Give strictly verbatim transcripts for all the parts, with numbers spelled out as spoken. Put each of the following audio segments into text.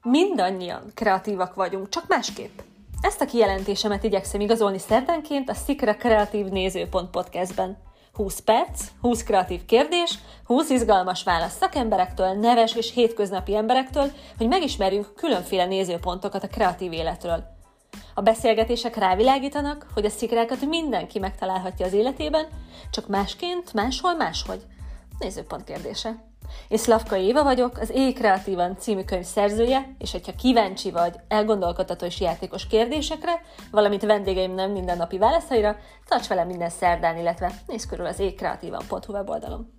Mindannyian kreatívak vagyunk, csak másképp. Ezt a kijelentésemet igyekszem igazolni szerdánként a Szikra Kreatív Nézőpont podcastben. húsz perc, húsz kreatív kérdés, húsz izgalmas válasz szakemberektől, neves és hétköznapi emberektől, hogy megismerjünk különféle nézőpontokat a kreatív életről. A beszélgetések rávilágítanak, hogy a szikrákat mindenki megtalálhatja az életében, csak másként, máshol, máshogy. Nézőpont kérdése. Én Szlavka Éva vagyok, az Élj Kreatívan című könyv szerzője, és hogyha kíváncsi vagy elgondolkodtató és játékos kérdésekre, valamint vendégeim nem mindennapi válaszaira, tarts velem minden szerdán, illetve nézz körül az élj kreatívan pont hu weboldalon.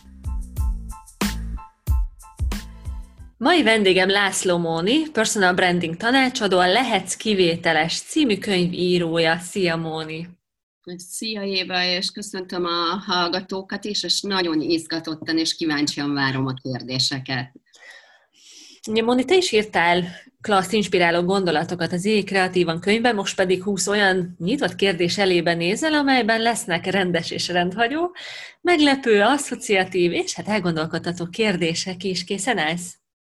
Mai vendégem László Móni, personal branding tanácsadó, a Lehetsz kivételes című könyv írója. Szia, Móni! Szia, Éva, és köszöntöm a hallgatókat is, és nagyon izgatottan és kíváncsian várom a kérdéseket. Ja, Móni, te is írtál klassz, inspiráló gondolatokat az Élj Kreatívan könyvben, most pedig húsz olyan nyitott kérdés elébe nézel, amelyben lesznek rendes és rendhagyó, meglepő, asszociatív és hát elgondolkodtató kérdések is. Készen állsz?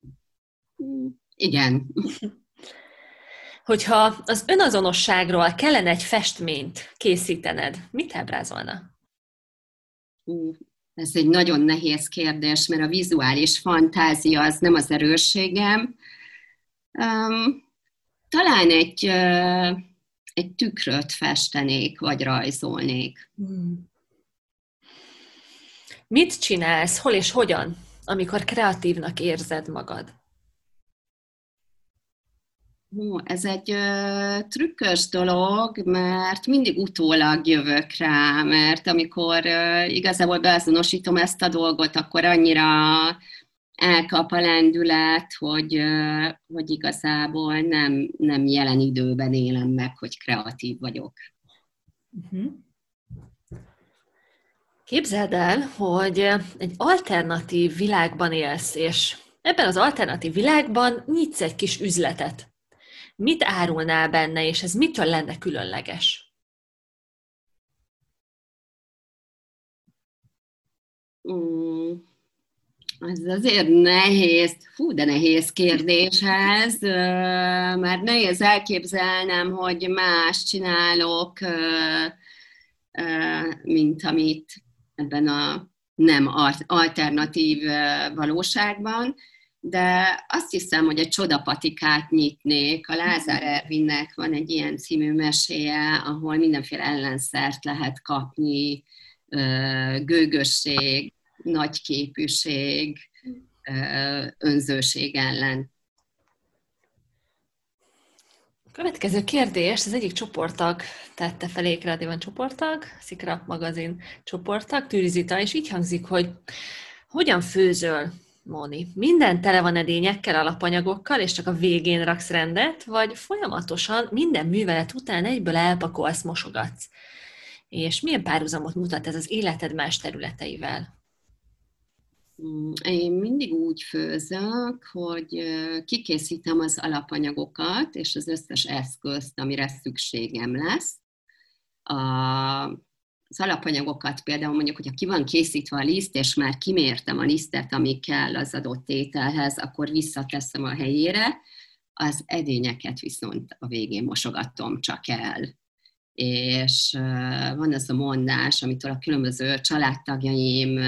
Igen. Hogyha az önazonosságról kellene egy festményt készítened, mit ábrázolna? Ez egy nagyon nehéz kérdés, mert a vizuális fantázia az nem az erősségem. Um, talán egy, uh, egy tükröt festenék, vagy rajzolnék. Hmm. Mit csinálsz, hol és hogyan, amikor kreatívnak érzed magad? Hú, ez egy ö, trükkös dolog, mert mindig utólag jövök rá, mert amikor ö, igazából beazonosítom ezt a dolgot, akkor annyira elkap a lendület, hogy, ö, hogy igazából nem, nem jelen időben élem meg, hogy kreatív vagyok. Uh-huh. Képzeld el, hogy egy alternatív világban élsz, és ebben az alternatív világban nyitsz egy kis üzletet. Mit árulnál benne, és ez mitől lenne különleges? Mm, ez azért nehéz, fú, de nehéz kérdés ez. Már nehéz elképzelnem, hogy más csinálok, mint amit ebben a nem alternatív valóságban. De azt hiszem, hogy egy csodapatikát nyitnék. A Lázár Ervinnek van egy ilyen című meséje, ahol mindenféle ellenszert lehet kapni, gőgösség, nagyképűség, önzőség ellen. A következő kérdés, az egyik csoporttag tette fel, Élj Kreatívan csoporttag, Szikra magazin csoporttag, Tűri Zita, és így hangzik, hogy hogyan főzöl, Móni? Minden tele van edényekkel, alapanyagokkal, és csak a végén raksz rendet, vagy folyamatosan minden művelet után egyből elpakolsz, mosogatsz? És milyen párhuzamot mutat ez az életed más területeivel? Én mindig úgy főzök, hogy kikészítem az alapanyagokat, és az összes eszközt, amire szükségem lesz. A Az alapanyagokat például mondjuk, hogyha ki van készítve a liszt, és már kimértem a lisztet, ami kell az adott ételhez, akkor visszateszem a helyére, az edényeket viszont a végén mosogatom csak el. És van az a mondás, amitől a különböző családtagjaim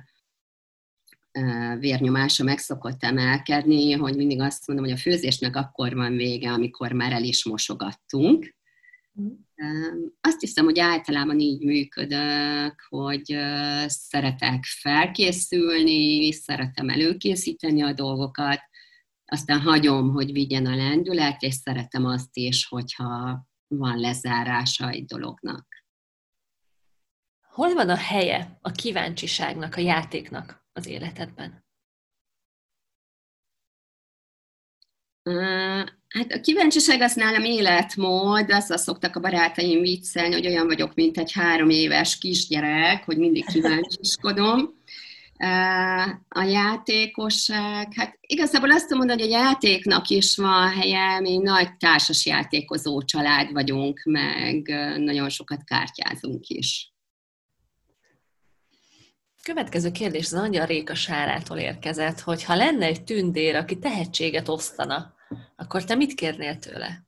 vérnyomása meg szokott emelkedni, hogy mindig azt mondom, hogy a főzésnek akkor van vége, amikor már el is mosogattunk. Azt hiszem, hogy általában így működök, hogy szeretek felkészülni, szeretem előkészíteni a dolgokat, aztán hagyom, hogy vigyen a lendület, és szeretem azt is, hogyha van lezárása egy dolognak. Hol van a helye a kíváncsiságnak, a játéknak az életedben? Hát a kíváncsiság az nálam életmód, azzal szoktak a barátaim viccelni, hogy olyan vagyok, mint egy három éves kisgyerek, hogy mindig kíváncsiskodom. A játékosság, hát igazából azt mondom, hogy a játéknak is van helye, mi nagy társasjátékozó család vagyunk, meg nagyon sokat kártyázunk is. Következő kérdés az Angyal Réka Sárától érkezett, hogy ha lenne egy tündér, aki tehetséget osztana, akkor te mit kérnél tőle?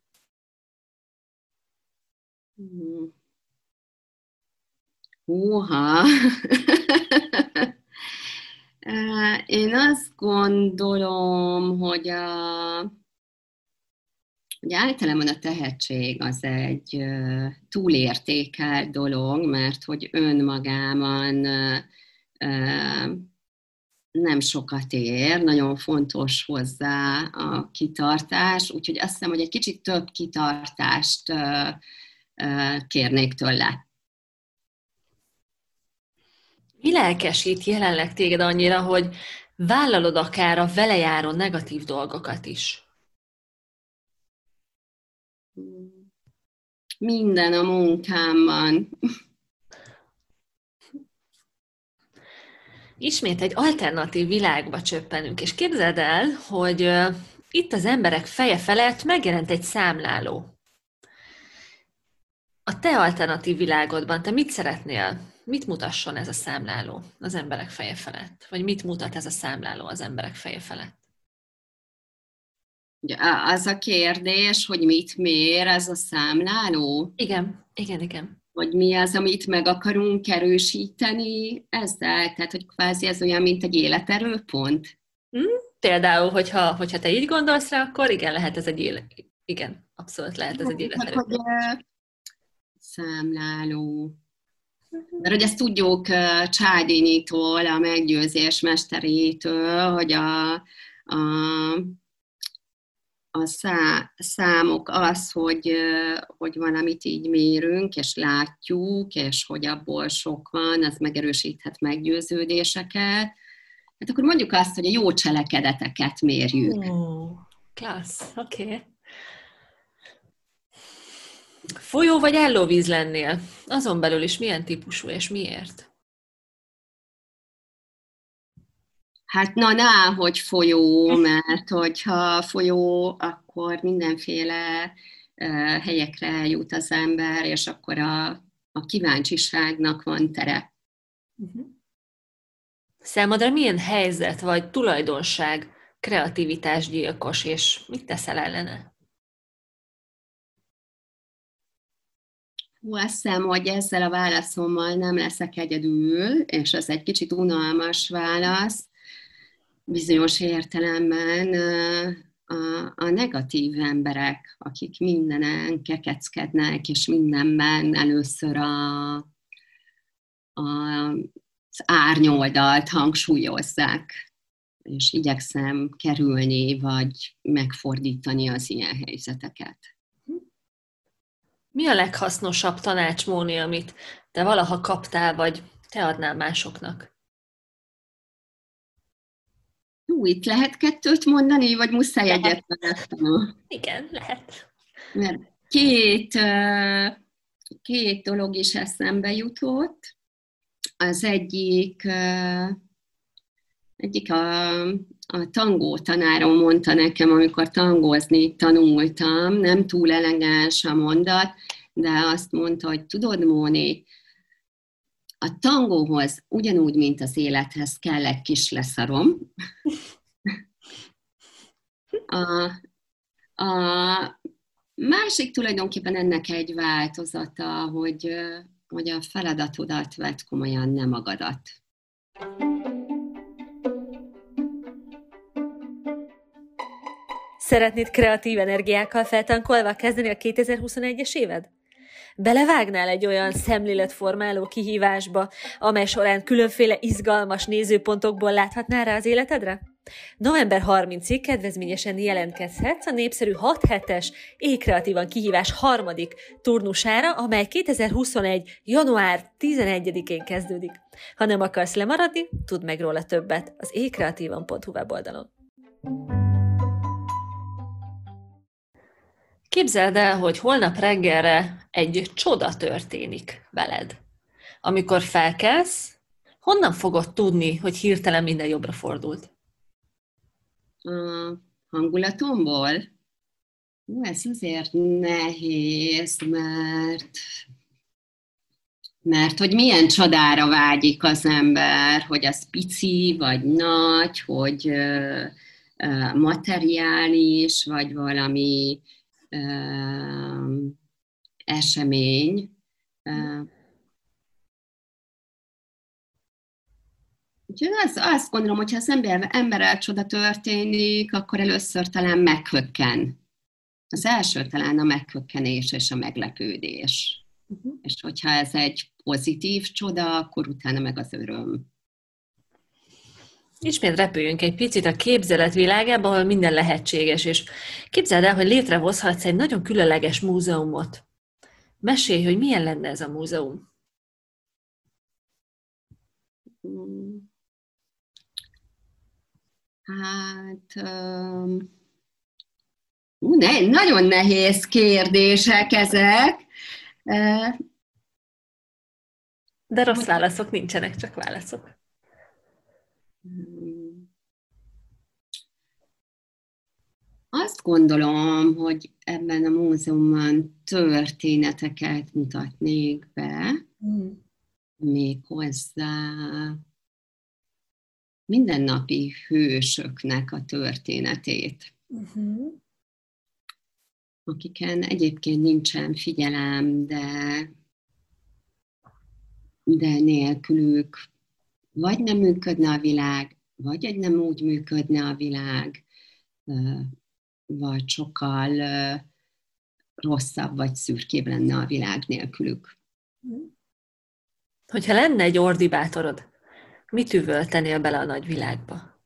Húha! Én azt gondolom, hogy, a, hogy általában a tehetség az egy túlértékelt dolog, mert hogy önmagában nem sokat ér, nagyon fontos hozzá a kitartás, úgyhogy azt hiszem, hogy egy kicsit több kitartást kérnék tőle. Mi lelkesít jelenleg téged annyira, hogy vállalod akár a vele járó negatív dolgokat is? Minden a munkámban. Ismét egy alternatív világba csöppenünk, és képzeld el, hogy uh, itt az emberek feje felett megjelent egy számláló. A te alternatív világodban te mit szeretnél? Mit mutasson ez a számláló az emberek feje felett? Vagy mit mutat ez a számláló az emberek feje felett? Az a kérdés, hogy mit mér ez a számláló? Igen, igen, igen. Vagy mi az, amit meg akarunk erősíteni ezzel? Tehát, hogy kvázi ez olyan, mint egy életerőpont? Hmm, például, hogyha, hogyha te így gondolsz rá, akkor igen, lehet ez egy élet... Igen, abszolút lehet ez egy életerőpont. Számláló. Mert hogy ezt tudjuk Cialdinitól, a meggyőzés mesterétől, hogy a, a, a szá, számok az, hogy, hogy valamit így mérünk, és látjuk, és hogy abból sok van, az megerősíthet meggyőződéseket. Hát akkor mondjuk azt, hogy a jó cselekedeteket mérjük. Oh, klassz, oké. Okay. Folyó vagy állóvíz lennél? Azon belül is milyen típusú és miért? Hát na, na, hogy folyó, mert hogyha folyó, akkor mindenféle uh, helyekre jut az ember, és akkor a, a kíváncsiságnak van tere. Uh-huh. Számodra milyen helyzet vagy tulajdonság kreativitásgyilkos, és mit teszel ellene? Hú, azt hiszem, hogy ezzel a válaszommal nem leszek egyedül, és ez egy kicsit unalmas válasz. Bizonyos értelemben a, a negatív emberek, akik mindenen kekeckednek, és mindenben először a, a, az árnyoldalt hangsúlyozzák, és igyekszem kerülni, vagy megfordítani az ilyen helyzeteket. Mi a leghasznosabb tanács, Móni, amit te valaha kaptál, vagy te adnál másoknak? Hú, itt lehet kettőt mondani, vagy muszáj egyet választanom? Igen, lehet. Mert két, két dolog is eszembe jutott. Az egyik, egyik a, a tangó tanárom mondta nekem, amikor tangózni tanultam, nem túl elegáns a mondat, de azt mondta, hogy tudod, Móni, a tangóhoz ugyanúgy, mint az élethez kell egy kis leszarom. A, a másik tulajdonképpen ennek egy változata, hogy, hogy a feladatodat vedd komolyan, nem magadat. Szeretnéd kreatív energiákkal feltankolva kezdeni a kétezer-huszonegyes éved? Belevágnál egy olyan szemléletformáló kihívásba, amely során különféle izgalmas nézőpontokból láthatnál rá az életedre? november harmincadikáig kedvezményesen jelentkezhetsz a népszerű hat hetes Éj-kreatívan kihívás harmadik turnusára, amely kétezer-huszonegy. január tizenegyedikén kezdődik. Ha nem akarsz lemaradni, tudd meg róla többet az éjkreatívan pont hu weboldalon. Képzeld el, hogy holnap reggelre egy csoda történik veled. Amikor felkelsz, honnan fogod tudni, hogy hirtelen minden jobbra fordult? A hangulatomból? Hú, ez azért nehéz, mert Mert hogy milyen csodára vágyik az ember, hogy az pici, vagy nagy, hogy ö, ö, materiális, vagy valami ö, esemény. Ö, Úgyhogy az, azt gondolom, hogy ha az ember, emberrel csoda történik, akkor először talán meghökken. Az első talán a meghökkenés és a meglepődés. Uh-huh. És hogyha ez egy pozitív csoda, akkor utána meg az öröm. Ismét repüljünk egy picit a képzelet világába, ahol minden lehetséges, és képzeld el, hogy létrehozhatsz egy nagyon különleges múzeumot. Mesélj, hogy milyen lenne ez a múzeum. Hát... Um... Ne, nagyon nehéz kérdések ezek. De rossz válaszok nincsenek, csak válaszok. Azt gondolom, hogy ebben a múzeumban történeteket mutatnék be, mm. méghozzá mindennapi hősöknek a történetét. Uh-huh. Akiken egyébként nincsen figyelem, de, de nélkülük vagy nem működne a világ, vagy egy nem úgy működne a világ, vagy sokkal rosszabb, vagy szürkébb lenne a világ nélkülük. Hogyha lenne egy ordibátorod, mit üvöltenél bele a nagy világba?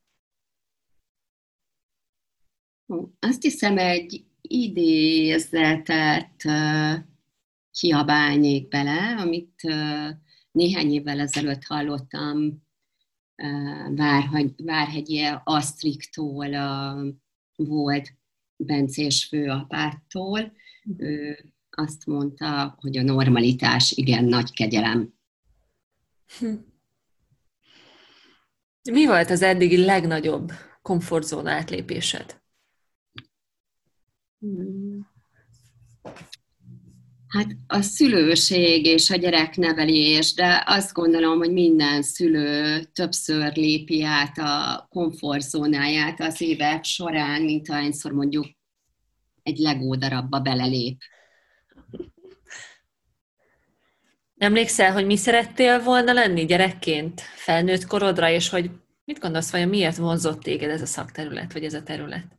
Azt hiszem, egy idézetet uh, kiabálnék bele, amit uh, néhány évvel ezelőtt hallottam uh, Várhegy, Várhegyi Asztriktól, uh, volt bencés főapától. Uh-huh. Ő azt mondta, hogy a normalitás igen nagy kegyelem. Hm. Mi volt az eddigi legnagyobb komfortzóna átlépésed? Hát a szülőség és a gyereknevelés, de azt gondolom, hogy minden szülő többször lépi át a komfortzónáját az évek során, mint ahányszor mondjuk egy Lego darabba belelép. Emlékszel, hogy mi szerettél volna lenni gyerekként, felnőtt korodra, és hogy mit gondolsz, vajon miért vonzott téged ez a szakterület, vagy ez a terület?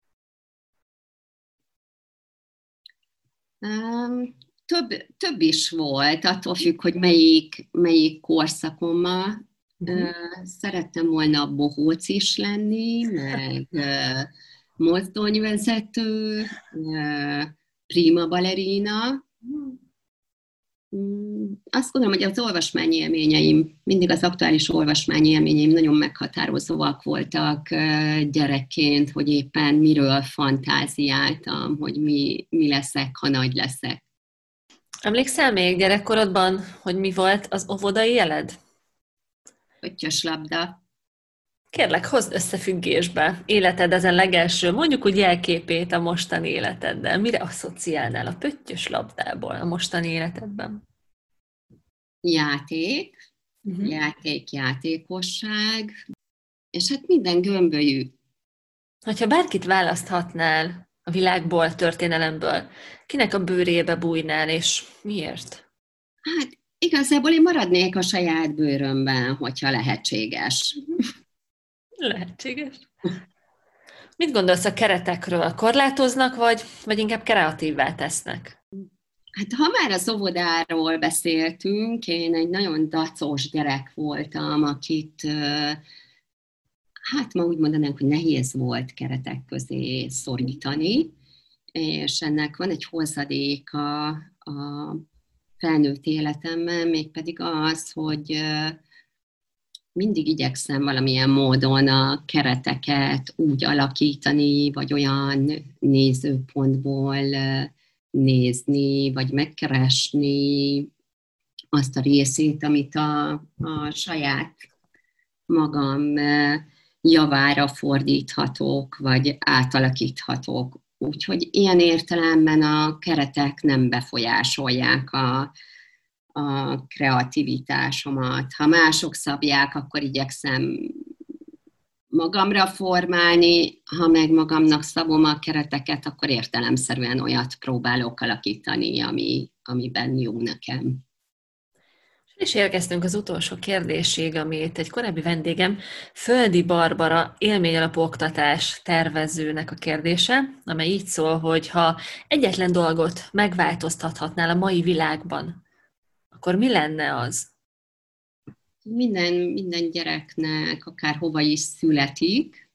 Um, több, több is volt, attól függ, hogy melyik, melyik korszakommal. Uh-huh. Uh, szerettem volna bohóc is lenni, meg uh, mozdonyvezető, uh, prima ballerina. Um, azt gondolom, hogy az olvasmányi élményeim, mindig az aktuális olvasmányi élményeim nagyon meghatározóak voltak uh, gyerekként, hogy éppen miről fantáziáltam, hogy mi, mi leszek, ha nagy leszek. Emlékszel még gyerekkorodban, hogy mi volt az óvodai jeled? Pöttyöslabda. Kérlek, hozd összefüggésbe életed ezen legelső, mondjuk úgy jelképét a mostani életeddel. Mire asszociálnál a pöttyöslabdából a mostani életedben? Játék, uh-huh. játék, játékosság, és hát minden gömbölyű. Ha bárkit választhatnál a világból, történelemből, kinek a bőrébe bújnál, és miért? Hát igazából én maradnék a saját bőrömben, hogyha lehetséges. Lehetséges. Mit gondolsz a keretekről? Korlátoznak, vagy, vagy inkább kreatívvá tesznek? Hát ha már az óvodáról beszéltünk, én egy nagyon dacos gyerek voltam, akit hát ma úgy mondanánk, hogy nehéz volt keretek közé szorítani, és ennek van egy hozadéka a felnőtt életemben, mégpedig az, hogy mindig igyekszem valamilyen módon a kereteket úgy alakítani, vagy olyan nézőpontból nézni, vagy megkeresni azt a részét, amit a, a saját magam javára fordíthatok, vagy átalakíthatok. Úgyhogy ilyen értelemben a keretek nem befolyásolják a, a kreativitásomat. Ha mások szabják, akkor igyekszem magamra formálni, ha meg magamnak szabom a kereteket, akkor értelemszerűen olyat próbálok alakítani, ami, amiben jó nekem. És érkeztünk az utolsó kérdésig, amit egy korábbi vendégem, Földi Barbara élményalapú oktatás tervezőnek a kérdése, amely így szól, hogy ha egyetlen dolgot megváltoztathatnál a mai világban, akkor mi lenne az? Minden, minden gyereknek, akár hova is születik,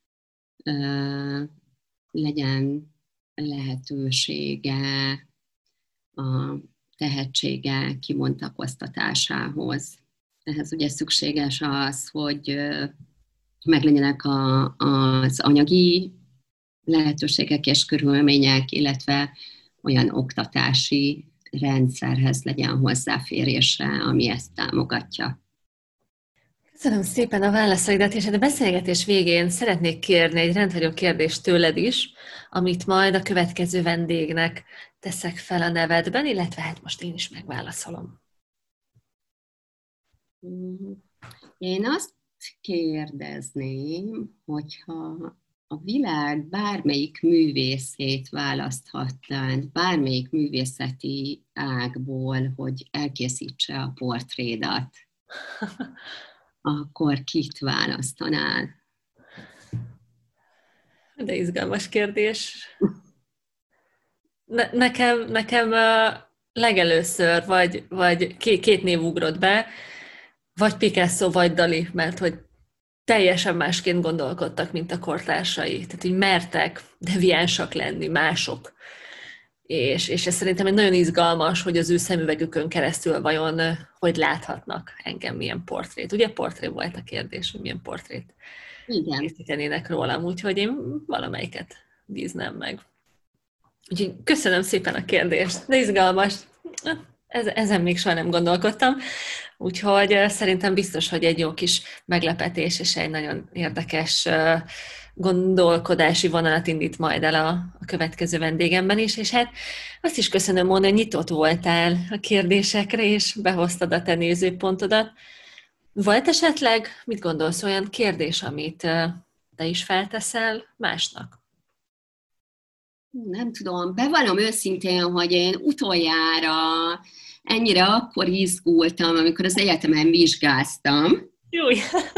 legyen lehetősége a tehetsége kibontakoztatásához. Ehhez ugye szükséges az, hogy meglegyenek a, az anyagi lehetőségek és körülmények, illetve olyan oktatási rendszerhez legyen hozzáférésre, ami ezt támogatja. Köszönöm szépen a válaszaidat, és a beszélgetés végén szeretnék kérni egy rendhagyó kérdést tőled is, amit majd a következő vendégnek teszek fel a nevedben, illetve hát most én is megválaszolom. Én azt kérdezném, hogyha a világ bármelyik művészét választhatnád, bármelyik művészeti ágból, hogy elkészítse a portrédat, akkor kit választanál? De izgalmas kérdés. Ne, nekem, nekem legelőször, vagy, vagy két, két név ugrott be, vagy Picasso, vagy Dali, mert hogy teljesen másként gondolkodtak, mint a kortársai. Tehát, hogy mertek deviánsak lenni, mások. És, és ez szerintem egy nagyon izgalmas, hogy az ő szemüvegükön keresztül vajon hogy láthatnak engem, milyen portrét. Ugye portré volt a kérdés, hogy milyen portrét készítenének rólam, úgyhogy én valamelyiket bíznám meg. Úgyhogy köszönöm szépen a kérdést, de izgalmas. Ezen még soha nem gondolkodtam, úgyhogy szerintem biztos, hogy egy jó kis meglepetés és egy nagyon érdekes gondolkodási vonalat indít majd el a, a következő vendégemben is, és hát azt is köszönöm, Móna, hogy nyitott voltál a kérdésekre, és behoztad a te nézőpontodat. Volt esetleg, mit gondolsz, olyan kérdés, amit te is felteszel másnak? Nem tudom, bevallom őszintén, hogy én utoljára ennyire akkor izgultam, amikor az egyetemen vizsgáztam. Júj!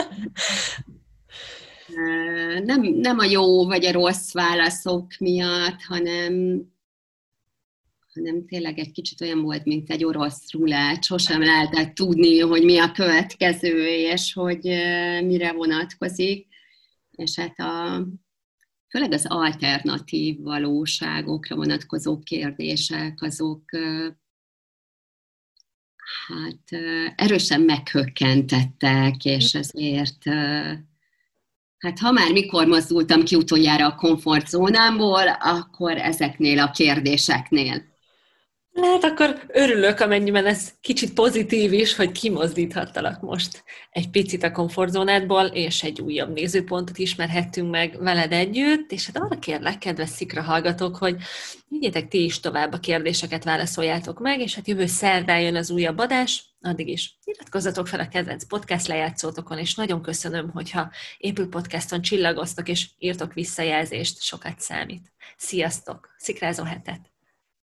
Nem, nem a jó vagy a rossz válaszok miatt, hanem, hanem tényleg egy kicsit olyan volt, mint egy orosz rulát. Sosem lehetett tudni, hogy mi a következő, és hogy mire vonatkozik. És hát a, főleg az alternatív valóságokra vonatkozó kérdések, azok hát erősen meghökkentettek, és ezért hát ha már mikor mozdultam ki utoljára a komfortzónámból, akkor ezeknél a kérdéseknél. Hát akkor örülök, amennyiben ez kicsit pozitív is, hogy kimozdíthattalak most egy picit a komfortzónádból, és egy újabb nézőpontot ismerhettünk meg veled együtt, és hát arra kérlek, kedves Szikra hallgatók, hogy vigyétek ti is tovább a kérdéseket, válaszoljátok meg, és hát jövő szerdán jön az újabb adás, addig is iratkozzatok fel a kedvenc podcast lejátszótokon, és nagyon köszönöm, hogyha Apple Podcaston csillagoztok, és írtok visszajelzést, sokat számít. Sziasztok! Szikrázó hetet!